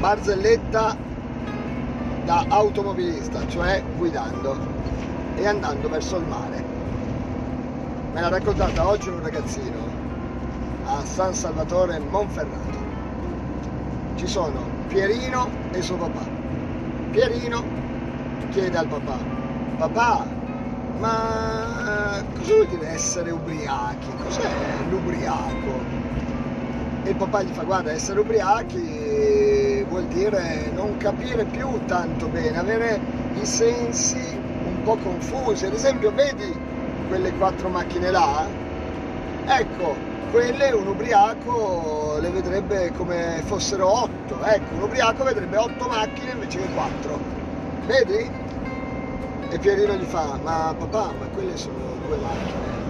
barzelletta da automobilista, cioè guidando e andando verso il mare. Me l'ha raccontata oggi un ragazzino a San Salvatore Monferrato. Ci sono Pierino e suo papà. Pierino chiede al papà: papà, ma cosa vuol dire essere ubriachi? Cos'è l'ubriaco? E il papà gli fa: guarda, essere ubriachi vuol dire non capire più tanto bene, avere i sensi un po' confusi. Ad esempio, vedi quelle 4 macchine là? Ecco, quelle un ubriaco le vedrebbe come fossero 8. Ecco, un ubriaco vedrebbe 8 macchine invece che 4. Vedi? E Pierino gli fa: ma papà, ma quelle sono 2 macchine.